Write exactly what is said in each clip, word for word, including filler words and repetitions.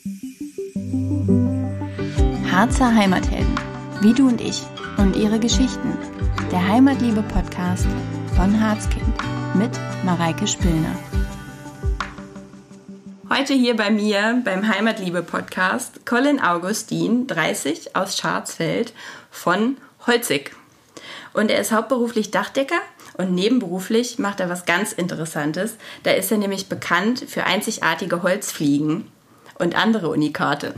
Harzer Heimathelden, wie du und ich und ihre Geschichten. Der Heimatliebe-Podcast von Harzkind mit Mareike Spillner. Heute hier bei mir beim Heimatliebe-Podcast Colin Augustin, dreißig, aus Schwarzfeld von Holzig. Und er ist hauptberuflich Dachdecker und nebenberuflich macht er was ganz Interessantes. Da ist er nämlich bekannt für einzigartige Holzfliegen und andere Unikate.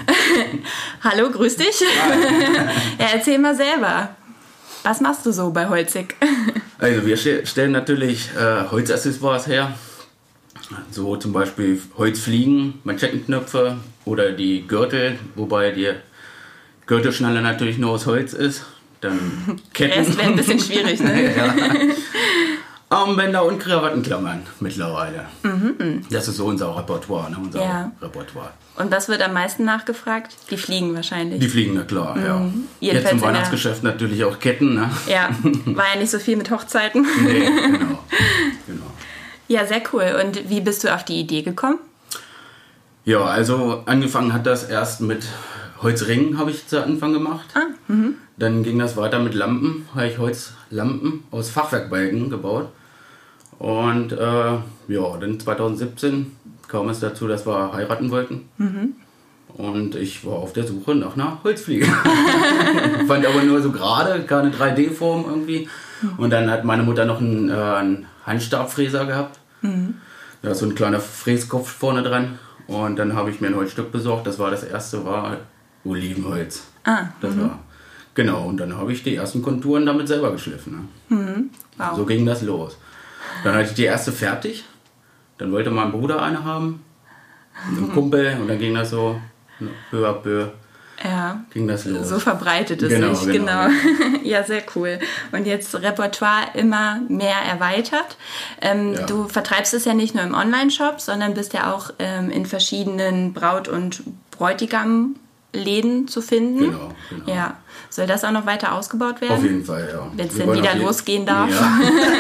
Hallo, grüß dich. Ja, erzähl mal selber. Was machst du so bei Holzig? Also wir stellen natürlich äh, Holzaccessoires her. So zum Beispiel Holzfliegen, Manschettenknöpfe oder die Gürtel, wobei die Gürtelschnalle natürlich nur aus Holz ist. Dann Ketten. Der Rest wäre ein bisschen schwierig, ne? Ja. Armbänder und Krawattenklammern mittlerweile. Mhm. Das ist so unser Repertoire, ne? unser ja. Repertoire. Und was wird am meisten nachgefragt? Die Fliegen wahrscheinlich. Die Fliegen, na klar, mhm. ja. Jedenfalls jetzt im Weihnachtsgeschäft natürlich auch Ketten. Ne? Ja, war ja nicht so viel mit Hochzeiten. Nee, genau. genau. Ja, sehr cool. Und wie bist du auf die Idee gekommen? Ja, also angefangen hat das erst mit Holzringen, habe ich zu Anfang gemacht. Ah, mhm. Dann ging das weiter mit Lampen, habe ich Holzlampen aus Fachwerkbalken gebaut. Und äh, ja, dann zwanzig siebzehn kam es dazu, dass wir heiraten wollten. Mhm. Und ich war auf der Suche nach einer Holzfliege. Fand aber nur so gerade, keine drei D-Form irgendwie. Und dann hat meine Mutter noch einen, äh, einen Handstabfräser gehabt. Mhm. Da ist so ein kleiner Fräskopf vorne dran. Und dann habe ich mir ein Holzstück besorgt. Das war das erste, war Olivenholz. Ah, das mhm. war genau. Und dann habe ich die ersten Konturen damit selber geschliffen. Ne? Mhm. Wow. So ging das los. Dann hatte ich die erste fertig. Dann wollte mein Bruder eine haben. Und ein Kumpel. Und dann ging das so peu à peu. Ja, ging das los. So verbreitet es genau, sich, genau. genau. Ja, sehr cool. Und jetzt Repertoire immer mehr erweitert. Ähm, ja. Du vertreibst es ja nicht nur im Online-Shop, sondern bist ja auch ähm, in verschiedenen Braut- und Bräutigam-Läden zu finden. Genau, genau. Ja. Soll das auch noch weiter ausgebaut werden? Auf jeden Fall, ja. Wenn es denn wieder losgehen darf. Ja.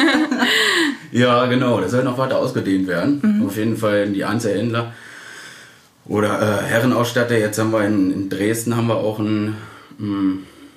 Ja, genau. Das soll noch weiter ausgedehnt werden. Mhm. Auf jeden Fall in die Einzelhändler. Oder äh, Herrenausstatter. Jetzt haben wir in, in Dresden haben wir auch ein, mh,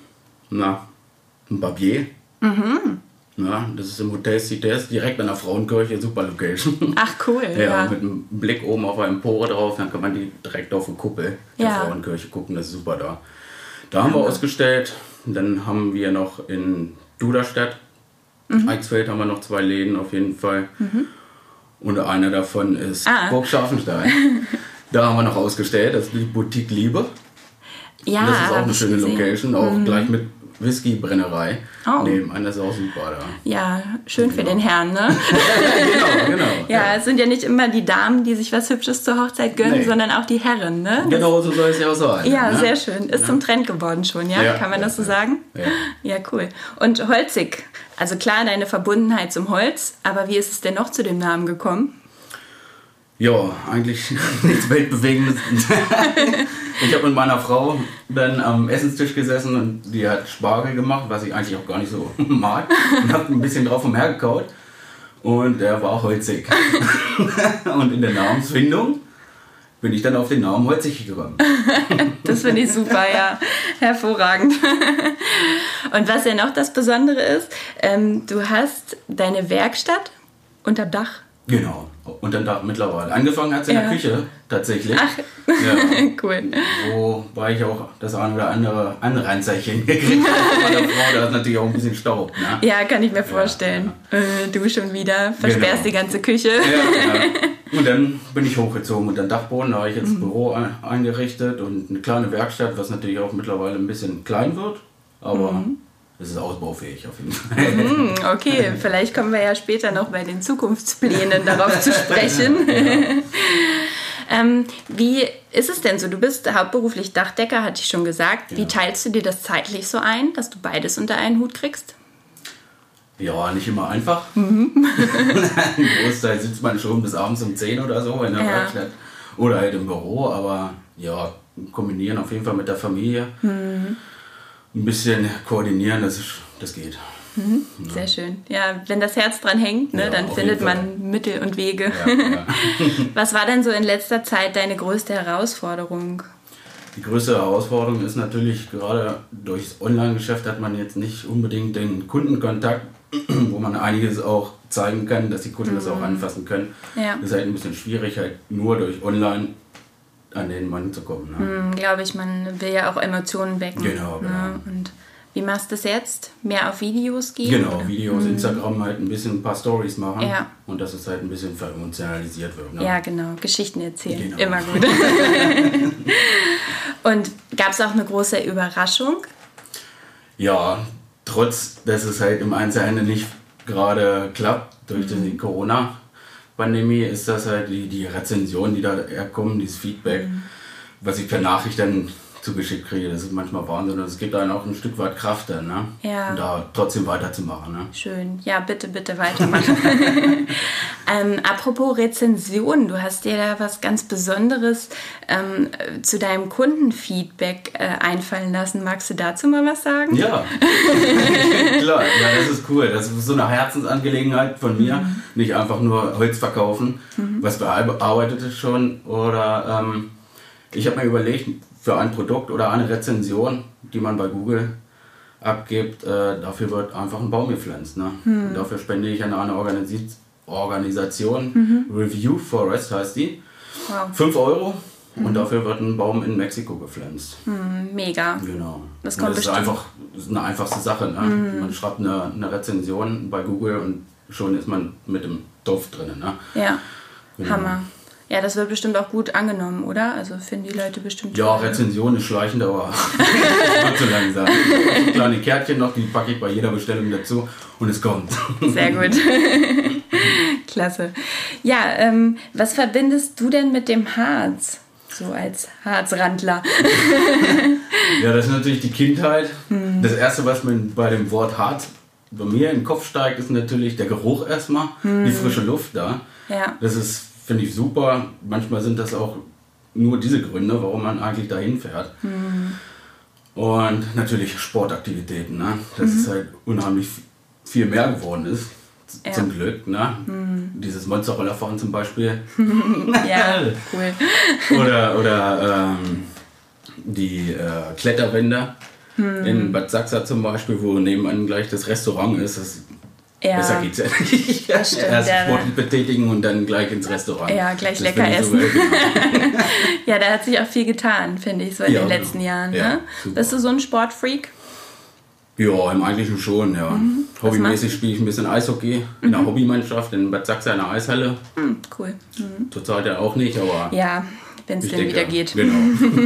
na, ein Barbier. Mhm. Ja, das ist im Hotel Cites, direkt an der Frauenkirche, super Location. Ach cool, ja. ja. Mit einem Blick oben auf eine Empore drauf, dann kann man die direkt auf die Kuppel der ja. Frauenkirche gucken, das ist super da. Da haben wir ausgestellt, dann haben wir noch in Duderstadt, mhm. Eichsfeld haben wir noch zwei Läden auf jeden Fall. Mhm. Und einer davon ist ah. Burg Scharfenstein. Da haben wir noch ausgestellt, das ist die Boutique Liebe. Ja, das ist auch eine schöne gesehen. Location, auch mhm. gleich mit Whisky-Brennerei. Oh. Nebenan, das ist auch super da. Ja, schön genau. für den Herrn, ne? genau, genau. Ja, ja, es sind ja nicht immer die Damen, die sich was Hübsches zur Hochzeit gönnen, nee. sondern auch die Herren, ne? Genau, so soll es ja auch sein. Ja, ne? sehr schön. Ist ja. zum Trend geworden schon, ja? ja Kann man ja, das so ja. sagen? Ja. Ja, cool. Und Holzig, also klar, deine Verbundenheit zum Holz, aber wie ist es denn noch zu dem Namen gekommen? Ja, eigentlich nichts Weltbewegendes. Ich habe mit meiner Frau dann am Essenstisch gesessen und die hat Spargel gemacht, was ich eigentlich auch gar nicht so mag. Und habe ein bisschen drauf umhergekaut. Und der war holzig. Und in der Namensfindung bin ich dann auf den Namen Holzig gekommen. Das finde ich super, ja. Hervorragend. Und was ja noch das Besondere ist, ähm, du hast deine Werkstatt unterm Dach. Genau, unterm Dach mittlerweile. Angefangen hat es in ja. der Küche tatsächlich. Ach, ja. Cool. Wobei ich auch das eine oder andere Anreinzerchen gekriegt habe von meiner Frau. Da ist natürlich auch ein bisschen Staub. Ne? Ja, kann ich mir vorstellen. Ja, ja. Äh, du schon wieder, versperrst genau. die ganze Küche. Ja, ja. Und dann bin ich hochgezogen und den Dachboden, da habe ich jetzt ein Büro eingerichtet und eine kleine Werkstatt, was natürlich auch mittlerweile ein bisschen klein wird. Aber mhm. es ist ausbaufähig auf jeden Fall. Okay, vielleicht kommen wir ja später noch bei den Zukunftsplänen darauf zu sprechen. Ja. ähm, wie ist es denn so? Du bist hauptberuflich Dachdecker, hatte ich schon gesagt. Ja. Wie teilst du dir das zeitlich so ein, dass du beides unter einen Hut kriegst? Ja, nicht immer einfach. Mhm. Im Großteil sitzt man schon bis abends um zehn oder so in der ja. Werkstatt oder halt im Büro, aber ja, kombinieren auf jeden Fall mit der Familie. Mhm. Ein bisschen koordinieren, das, ist, das geht. Mhm. Sehr ja. schön. Ja, wenn das Herz dran hängt, ne, ja, dann findet man Mittel und Wege. Ja, ja. Was war denn so in letzter Zeit deine größte Herausforderung? Die größte Herausforderung ist natürlich, gerade durchs Online-Geschäft hat man jetzt nicht unbedingt den Kundenkontakt, wo man einiges auch zeigen kann, dass die Kunden mhm. das auch anfassen können. Ja. Das ist halt ein bisschen schwierig, halt nur durch Online an den Mann zu kommen. Ne? Mhm, glaube ich, man will ja auch Emotionen wecken. Genau, genau. Ne? Und wie machst du das jetzt? Mehr auf Videos gehen? Genau, oder? Videos, mhm. Instagram halt ein bisschen ein paar Stories machen ja. und dass es halt ein bisschen veremotionalisiert wird. Ne? Ja, genau. Geschichten erzählen. Genau. Immer gut. Und gab es auch eine große Überraschung? Ja, trotz, dass es halt im Einzelhandel nicht gerade klappt durch mhm. die Corona-Pandemie, ist das halt die, die Rezensionen, die da herkommen, dieses Feedback, mhm. was ich per Nachricht dann zugeschickt kriege, das ist manchmal Wahnsinn und es gibt einem auch ein Stück weit Kraft dann, ne? Ja. Und da trotzdem weiterzumachen. Ne? Schön. Ja, bitte, bitte weitermachen. ähm, apropos Rezensionen, du hast dir da was ganz Besonderes ähm, zu deinem Kundenfeedback äh, einfallen lassen. Magst du dazu mal was sagen? Ja, klar. Ja, das ist cool. Das ist so eine Herzensangelegenheit von mir. Mhm. Nicht einfach nur Holz verkaufen, mhm. was bearbeitet ist schon. Oder ähm, ich habe mir überlegt, für ein Produkt oder eine Rezension, die man bei Google abgibt, äh, dafür wird einfach ein Baum gepflanzt. Ne? Hm. Und dafür spende ich an eine Organisi- Organisation, mhm. Review Forest heißt die, wow. fünf Euro mhm. und dafür wird ein Baum in Mexiko gepflanzt. Hm, mega. Genau. Das, kommt das ist einfach das ist eine einfachste Sache. Ne? Mhm. Man schreibt eine, eine Rezension bei Google und schon ist man mit dem Topf drin. Ne? Ja, genau. Hammer. Ja, das wird bestimmt auch gut angenommen, oder? Also finden die Leute bestimmt... Ja, toll. Rezension ist schleichend, aber nicht zu langsam. Kleine Kärtchen noch, die packe ich bei jeder Bestellung dazu und es kommt. Sehr gut. Klasse. Ja, ähm, was verbindest du denn mit dem Harz? So als Harzrandler. Ja, das ist natürlich die Kindheit. Hm. Das Erste, was mir bei dem Wort Harz bei mir im Kopf steigt, ist natürlich der Geruch erstmal, hm. die frische Luft da. Ja. Das ist... Finde ich super. Manchmal sind das auch nur diese Gründe, warum man eigentlich dahin fährt. Mhm. Und natürlich Sportaktivitäten. Ne? Dass mhm. es halt unheimlich viel mehr geworden ist. Ja. Zum Glück. Ne? Mhm. Dieses Monsterrollerfahren zum Beispiel. Ja, cool. Oder, oder ähm, die äh, Kletterwände mhm. in Bad Sachsa zum Beispiel, wo nebenan gleich das Restaurant ist. Das Ja. Besser geht's ja nicht. Erst sportlich betätigen und dann gleich ins Restaurant. Ja, gleich das lecker essen. So ja, da hat sich auch viel getan, finde ich, so in ja, den letzten genau. Jahren. Ja, ne? Bist du so ein Sportfreak? Ja, im Eigentlichen schon, ja. Mhm. Hobbymäßig spiele ich ein bisschen Eishockey in der mhm. Hobbymannschaft in Bad Sachsa in der Eishalle. Mhm, cool. Mhm. Zurzeit ja auch nicht, aber... Ja, wenn es denn wieder geht. Genau.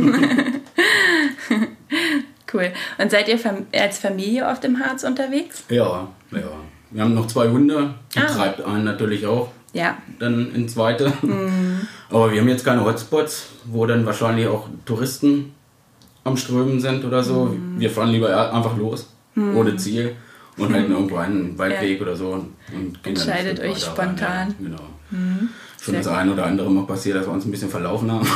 Cool. Und seid ihr als Familie oft im Harz unterwegs? Ja, ja. Wir haben noch zwei Hunde, die ah. treibt einen natürlich auch ja. dann ins Weite. Mhm. Aber wir haben jetzt keine Hotspots, wo dann wahrscheinlich auch Touristen am Strömen sind oder so. Mhm. Wir fahren lieber einfach los, mhm. ohne Ziel und mhm. halten irgendwo einen Waldweg ja. oder so. Und, und gehen entscheidet euch spontan. Rein, ja, genau. Mhm. Schon Sehr das ein oder andere mal passiert, dass wir uns ein bisschen verlaufen haben.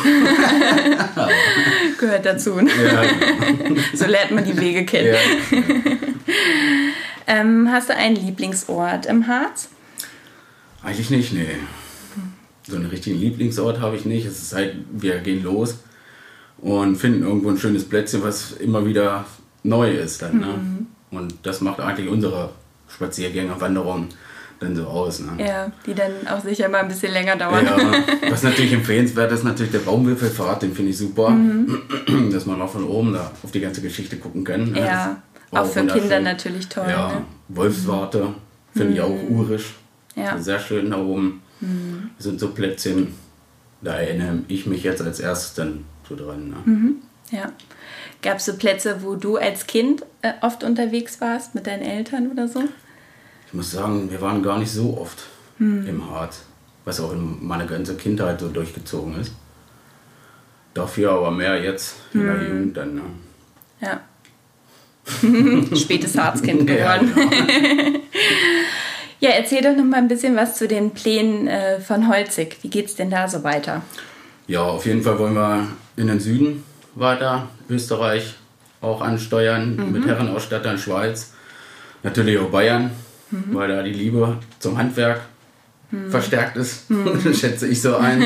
Gehört dazu. Ne? Ja, genau. So lernt man die Wege kennen. Ja, ja. Ähm, hast du einen Lieblingsort im Harz? Eigentlich nicht, nee. So einen richtigen Lieblingsort habe ich nicht. Es ist halt, wir gehen los und finden irgendwo ein schönes Plätzchen, was immer wieder neu ist dann. Ne? Mhm. Und das macht eigentlich unsere Spaziergänge, Wanderungen dann so aus. Ne? Ja, die dann auch sicher mal ein bisschen länger dauern. Ja, was natürlich empfehlenswert ist, natürlich der Baumwipfelpfad, den finde ich super. Mhm. Dass man auch von oben da auf die ganze Geschichte gucken kann. Ne? Ja. Auch für Kinder natürlich toll. Ja, ne? Wolfswarte finde mhm. ich auch urisch. Ja. Sehr schön da oben. Mhm. Das sind so Plätzchen, da erinnere ich mich jetzt als erstes dann so dran. Ne? Mhm. Ja. Gab es so Plätze, wo du als Kind äh, oft unterwegs warst, mit deinen Eltern oder so? Ich muss sagen, wir waren gar nicht so oft mhm. im Harz, was auch in meiner ganzen Kindheit so durchgezogen ist. Dafür aber mehr jetzt in der mhm. Jugend dann. Ne? Ja. Spätes Harzkind geworden. Ja, genau. Ja, erzähl doch noch mal ein bisschen was zu den Plänen äh, von Holzig. Wie geht's denn da so weiter? Ja, auf jeden Fall wollen wir in den Süden weiter, Österreich auch ansteuern, mhm. mit Herrenausstattern, Schweiz. Natürlich auch Bayern, mhm. weil da die Liebe zum Handwerk mhm. verstärkt ist, mhm. schätze ich so ein.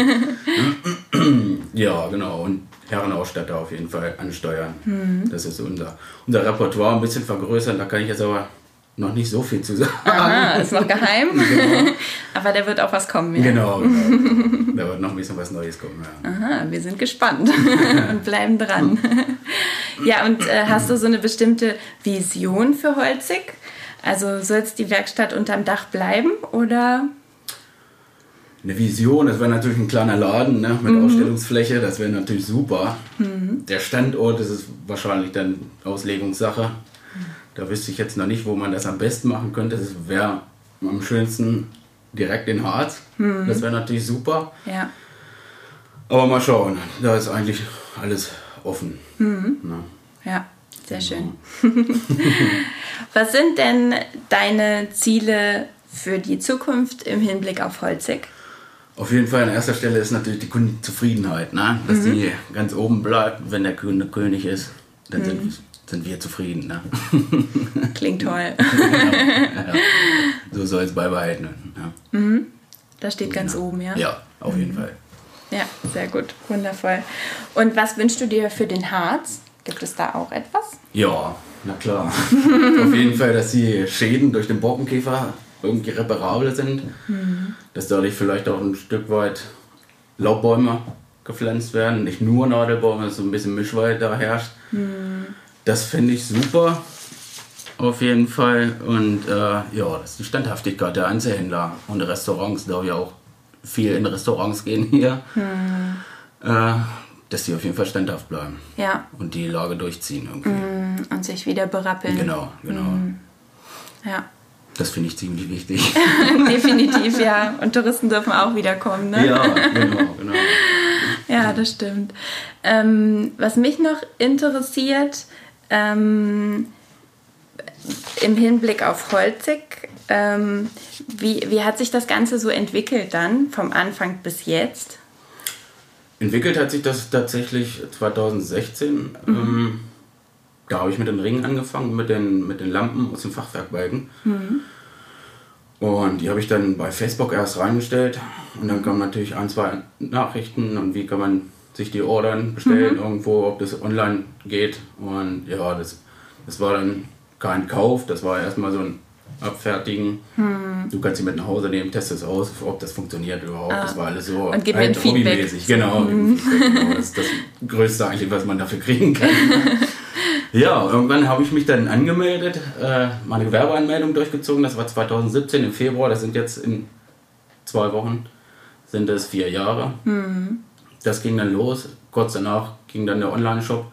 Ja, genau. Und Herrenausstatter auf jeden Fall ansteuern. Mhm. Das ist unser, unser Repertoire ein bisschen vergrößern. Da kann ich jetzt aber noch nicht so viel zu sagen. Aha, ist noch geheim. Genau. Aber da wird auch was kommen. Ja. Genau, genau. Da wird noch ein bisschen was Neues kommen. Ja. Aha, wir sind gespannt und bleiben dran. Ja, und äh, hast du so eine bestimmte Vision für Holzig? Also soll es die Werkstatt unterm Dach bleiben oder? Eine Vision, das wäre natürlich ein kleiner Laden, ne, mit mhm. Ausstellungsfläche, das wäre natürlich super. Mhm. Der Standort, das ist wahrscheinlich dann Auslegungssache. Da wüsste ich jetzt noch nicht, wo man das am besten machen könnte. Das wäre am schönsten direkt in Harz. Mhm. Das wäre natürlich super. Ja. Aber mal schauen, da ist eigentlich alles offen. Mhm. Ja, sehr schön. Was sind denn deine Ziele für die Zukunft im Hinblick auf Holzig? Auf jeden Fall an erster Stelle ist natürlich die Kundenzufriedenheit, ne? Dass mhm. die ganz oben bleibt, wenn der Kunde König ist, dann mhm. sind, sind wir zufrieden. Ne? Klingt toll. Ja, so soll es beibehalten. Ja. Mhm. Das steht ganz ja. oben, ja? Ja, auf mhm. jeden Fall. Ja, sehr gut, wundervoll. Und was wünschst du dir für den Harz? Gibt es da auch etwas? Ja, na klar. Auf jeden Fall, dass die Schäden durch den Borkenkäfer irgendwie reparabel sind, mhm. dass dadurch vielleicht auch ein Stück weit Laubbäume gepflanzt werden, nicht nur Nadelbäume, dass so ein bisschen Mischwald da herrscht. Mhm. Das finde ich super, auf jeden Fall. Und äh, ja, das ist die Standhaftigkeit der Einzelhändler und der Restaurants, da wir auch viel in Restaurants gehen hier, mhm. äh, dass die auf jeden Fall standhaft bleiben. Ja. Und die Lage durchziehen irgendwie. Mhm. Und sich wieder berappeln. Genau, genau. Mhm. Ja. Das finde ich ziemlich wichtig. Definitiv, ja. Und Touristen dürfen auch wiederkommen, ne? Ja, genau, genau. Ja, das stimmt. Ähm, was mich noch interessiert, ähm, im Hinblick auf Holzig, ähm, wie, wie hat sich das Ganze so entwickelt dann, vom Anfang bis jetzt? Entwickelt hat sich das tatsächlich zwanzig sechzehn. Mhm. Ähm, Da habe ich mit den Ringen angefangen, mit den, mit den Lampen aus dem Fachwerkbalken. Mhm. Und die habe ich dann bei Facebook erst reingestellt. Und dann kamen natürlich ein, zwei Nachrichten und wie kann man sich die ordern, bestellen mhm. irgendwo, ob das online geht. Und ja, das, das war dann kein Kauf, das war erstmal so ein Abfertigen. Mhm. Du kannst sie mit nach Hause nehmen, testest aus, ob das funktioniert überhaupt. Ah. Das war alles so und gib mir ein Feedback. Hobbymäßig. Genau, mhm. genau, das ist das Größte eigentlich, was man dafür kriegen kann. Ja, irgendwann habe ich mich dann angemeldet, äh, meine Gewerbeanmeldung durchgezogen, das war zwanzig siebzehn im Februar, das sind jetzt in zwei Wochen, sind es vier Jahre. Mhm. Das ging dann los, kurz danach ging dann der Online-Shop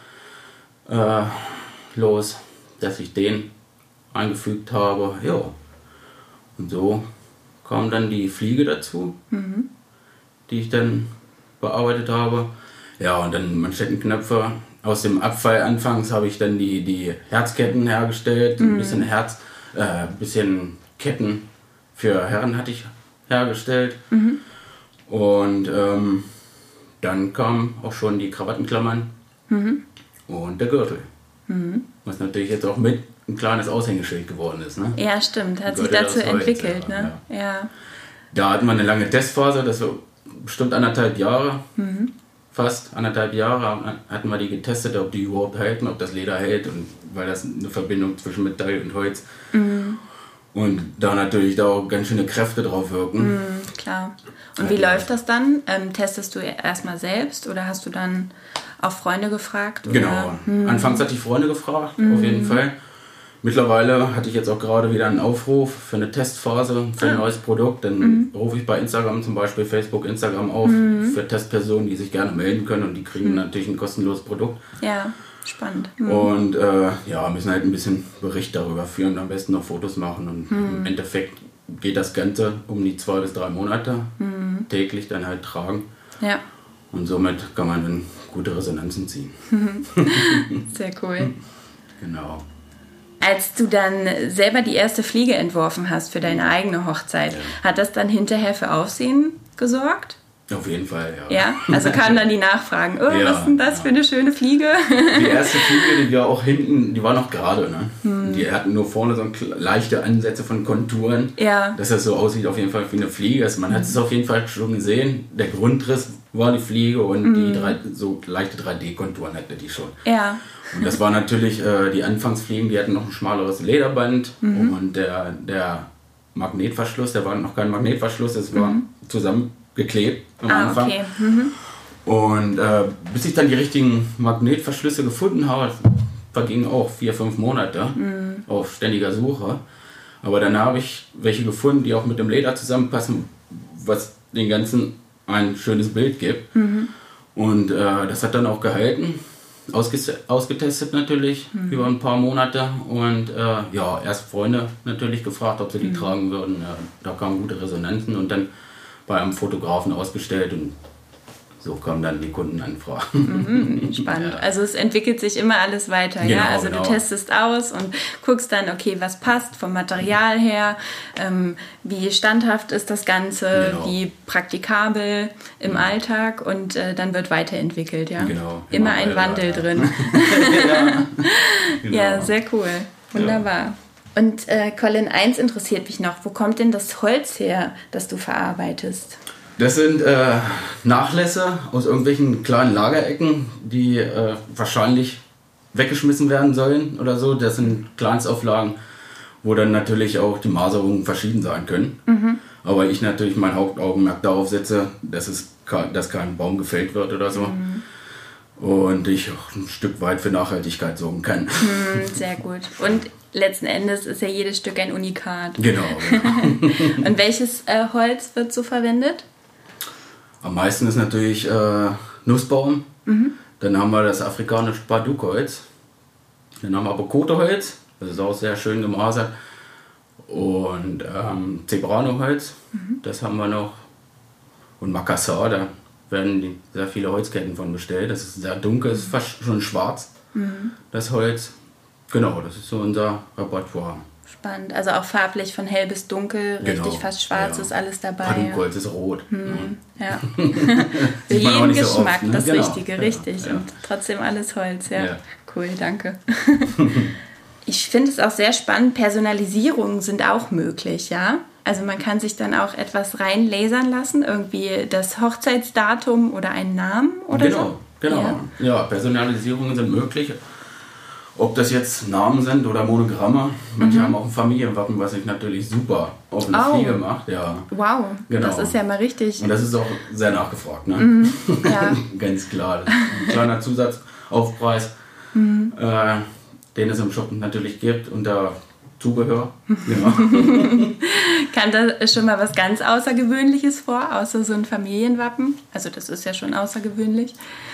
äh, los, dass ich den eingefügt habe, ja. Und so kam dann die Fliege dazu, mhm. die ich dann bearbeitet habe. Ja, und dann Manschettenknöpfe. Aus dem Abfall anfangs habe ich dann die, die Herzketten hergestellt, mhm. ein bisschen Herz, äh, ein bisschen Ketten für Herren hatte ich hergestellt. Mhm. Und ähm, dann kamen auch schon die Krawattenklammern mhm. und der Gürtel. Mhm. Was natürlich jetzt auch mit ein kleines Aushängeschild geworden ist. Ne? Ja, stimmt, hat sich dazu entwickelt. Ne? Ja. Ja. Da hatten wir eine lange Testphase, das war bestimmt anderthalb Jahre. Mhm. Fast anderthalb Jahre hatten wir die getestet, ob die überhaupt halten, ob das Leder hält, und weil das eine Verbindung zwischen Metall und Holz. Mhm. Und da natürlich da auch ganz schöne Kräfte drauf wirken. Mhm, klar. Und wie ja. läuft das dann? Ähm, testest du erstmal selbst oder hast du dann auch Freunde gefragt? Oder? Genau. Mhm. Anfangs hatte ich Freunde gefragt, mhm. auf jeden Fall. Mittlerweile hatte ich jetzt auch gerade wieder einen Aufruf für eine Testphase für ein ah. neues Produkt. Dann mhm. rufe ich bei Instagram, zum Beispiel Facebook, Instagram auf mhm. für Testpersonen, die sich gerne melden können, und die kriegen mhm. natürlich ein kostenloses Produkt. Ja, spannend. Mhm. Und äh, ja, müssen halt ein bisschen Bericht darüber führen, am besten noch Fotos machen. Und mhm. im Endeffekt geht das Ganze um die zwei bis drei Monate mhm. täglich dann halt tragen. Ja. Und somit kann man dann gute Resonanzen ziehen. Sehr cool. Genau. Als du dann selber die erste Fliege entworfen hast für deine eigene Hochzeit, ja. hat das dann hinterher für Aufsehen gesorgt? Auf jeden Fall, ja. Ja, also kamen dann die Nachfragen, oh, ja, was ist denn das ja. für eine schöne Fliege? Die erste Fliege, die war auch hinten, die war noch gerade, ne? Hm. die hatten nur vorne so leichte Ansätze von Konturen, ja. dass das so aussieht auf jeden Fall wie eine Fliege. Also man hat es auf jeden Fall schon gesehen. Der Grundriss war die Fliege und mhm. die drei, so leichte drei D-Konturen hatte die schon. Ja. Und das war natürlich äh, die Anfangsfliegen, die hatten noch ein schmaleres Lederband mhm. und der, der Magnetverschluss, der war noch kein Magnetverschluss, das war mhm. zusammengeklebt am ah, Anfang. Okay. Mhm. Und äh, bis ich dann die richtigen Magnetverschlüsse gefunden habe, vergingen auch vier, fünf Monate mhm. auf ständiger Suche. Aber dann habe ich welche gefunden, die auch mit dem Leder zusammenpassen, was den ganzen ein schönes Bild gibt. Mhm. Und äh, das hat dann auch gehalten. Ausges- ausgetestet natürlich mhm. über ein paar Monate und äh, ja, erst Freunde natürlich gefragt, ob sie die mhm. tragen würden. Ja, da kamen gute Resonanzen und dann bei einem Fotografen ausgestellt und so kommen dann die Kundenanfragen. Mhm, spannend. Ja. Also es entwickelt sich immer alles weiter. Genau, ja? Also genau. Du testest aus und guckst dann, okay, was passt vom Material her, ähm, wie standhaft ist das Ganze, genau. wie praktikabel im mhm. Alltag und äh, dann wird weiterentwickelt. Ja? Genau. Immer, immer ein Wandel ja. drin. ja. Genau. Ja, sehr cool. Wunderbar. Ja. Und äh, Colin, eins interessiert mich noch. Wo kommt denn das Holz her, das du verarbeitest? Das sind äh, Nachlässe aus irgendwelchen kleinen Lagerecken, die äh, wahrscheinlich weggeschmissen werden sollen oder so. Das sind Kleinstauflagen, wo dann natürlich auch die Maserungen verschieden sein können. Mhm. Aber ich natürlich mein Hauptaugenmerk darauf setze, dass, es kein, dass kein Baum gefällt wird oder so. Mhm. Und ich auch ein Stück weit für Nachhaltigkeit sorgen kann. Mhm, sehr gut. Und letzten Endes ist ja jedes Stück ein Unikat. Genau. genau. Und welches äh, Holz wird so verwendet? Am meisten ist natürlich äh, Nussbaum. Mhm. Dann haben wir das afrikanische Bardukholz. Dann haben wir Abokoteholz. Das ist auch sehr schön gemasert. Und ähm, Zebranoholz. Mhm. Das haben wir noch. Und Makassar, da werden die, sehr viele Holzketten von bestellt. Das ist sehr dunkel, ist fast schon schwarz. Mhm. Das Holz. Genau, das ist so unser Repertoire. Spannend. Also auch farblich von hell bis dunkel, richtig genau, fast schwarz ja. ist alles dabei. Bardukholz ist rot. Hm, ja. Für jeden Geschmack so oft, ne? Das genau. Richtige, ja, richtig. Ja. Und trotzdem alles Holz, ja. ja. Cool, danke. Ich finde es auch sehr spannend, Personalisierungen sind auch möglich, ja. Also man kann sich dann auch etwas rein lasern lassen, irgendwie das Hochzeitsdatum oder einen Namen oder genau, so. Genau, genau. Ja. ja, Personalisierungen sind möglich. Ob das jetzt Namen sind oder Monogramme. Manche mhm. haben auch ein Familienwappen, was sich natürlich super auf eine oh. Fliege macht. Ja. Wow, genau. Das ist ja mal richtig. Und das ist auch sehr nachgefragt. Ne? Mhm. Ja. Ganz klar. Ein kleiner Zusatzaufpreis, mhm. äh, den es im Shop natürlich gibt unter Zubehör. Genau. Kam da schon mal was ganz Außergewöhnliches vor, außer so ein Familienwappen? Also das ist ja schon außergewöhnlich.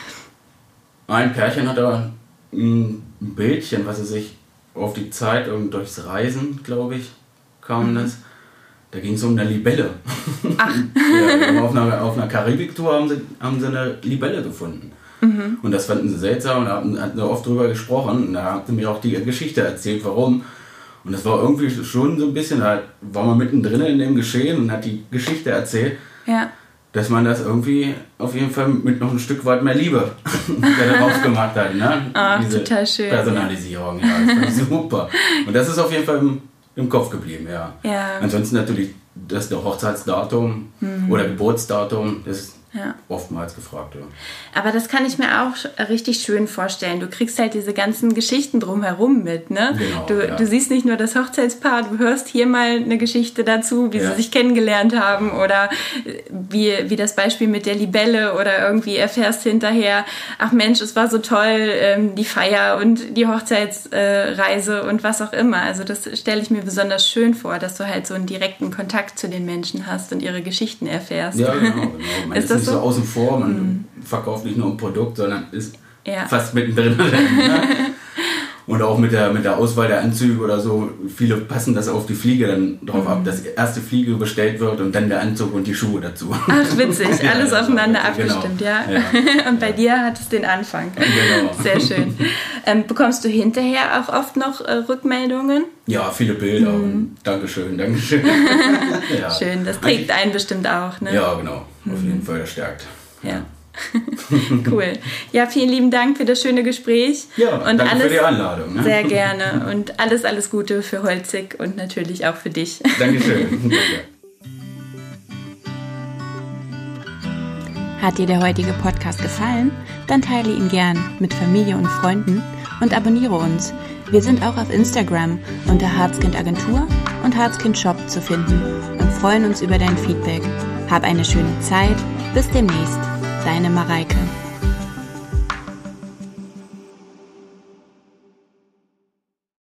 Ein Pärchen hat da ein Bildchen, was sie sich auf die Zeit und durchs Reisen, glaube ich, kam mhm. das. Da ging es um eine Libelle. Ach. Ja, auf einer, auf einer Karibiktour haben sie, haben sie eine Libelle gefunden. Mhm. Und das fanden sie seltsam und hatten, hatten sie oft drüber gesprochen. Und da haben sie mir auch die Geschichte erzählt, warum. Und das war irgendwie schon so ein bisschen, da war man mittendrin in dem Geschehen und hat die Geschichte erzählt. Ja. Dass man das irgendwie auf jeden Fall mit noch ein Stück weit mehr Liebe darauf gemacht hat. Ne? Ach, diese total schön. Personalisierung, ja, das fand ich super. Und das ist auf jeden Fall im, im Kopf geblieben, ja. ja. Ansonsten natürlich das der Hochzeitsdatum mhm. oder Geburtsdatum, das ist ja. oftmals gefragt. Ja. Aber das kann ich mir auch richtig schön vorstellen. Du kriegst halt diese ganzen Geschichten drumherum mit. Ne? Genau, du, ja. du siehst nicht nur das Hochzeitspaar, du hörst hier mal eine Geschichte dazu, wie ja. sie sich kennengelernt haben oder wie, wie das Beispiel mit der Libelle oder irgendwie erfährst hinterher, ach Mensch, es war so toll, ähm, die Feier und die Hochzeitsreise äh, und was auch immer. Also das stelle ich mir besonders schön vor, dass du halt so einen direkten Kontakt zu den Menschen hast und ihre Geschichten erfährst. Ja, genau. genau. Man ist, ist das nicht so außen vor, man mhm. verkauft nicht nur ein Produkt, sondern ist ja. fast mittendrin. Ne? Und auch mit der, mit der Auswahl der Anzüge oder so, viele passen das auf die Fliege dann drauf mhm. ab, dass die erste Fliege bestellt wird und dann der Anzug und die Schuhe dazu. Ach, witzig, alles ja, aufeinander so, abgestimmt, genau. ja. ja. Und bei ja. dir hat es den Anfang. Genau. Sehr schön. Ähm, bekommst du hinterher auch oft noch äh, Rückmeldungen? Ja, viele Bilder mhm. und Dankeschön, Dankeschön. ja. Schön, das trägt einen bestimmt auch, ne? Ja, genau, auf mhm. jeden Fall, das stärkt. Ja. Cool. Ja, vielen lieben Dank für das schöne Gespräch. Ja, und danke alles, für die Einladung. Ne? Sehr gerne. Und alles, alles Gute für Holzig und natürlich auch für dich. Dankeschön. Danke. Hat dir der heutige Podcast gefallen? Dann teile ihn gern mit Familie und Freunden und abonniere uns. Wir sind auch auf Instagram unter Harzkind Agentur und Harzkind Shop zu finden und freuen uns über dein Feedback. Hab eine schöne Zeit. Bis demnächst. Deine Mareike.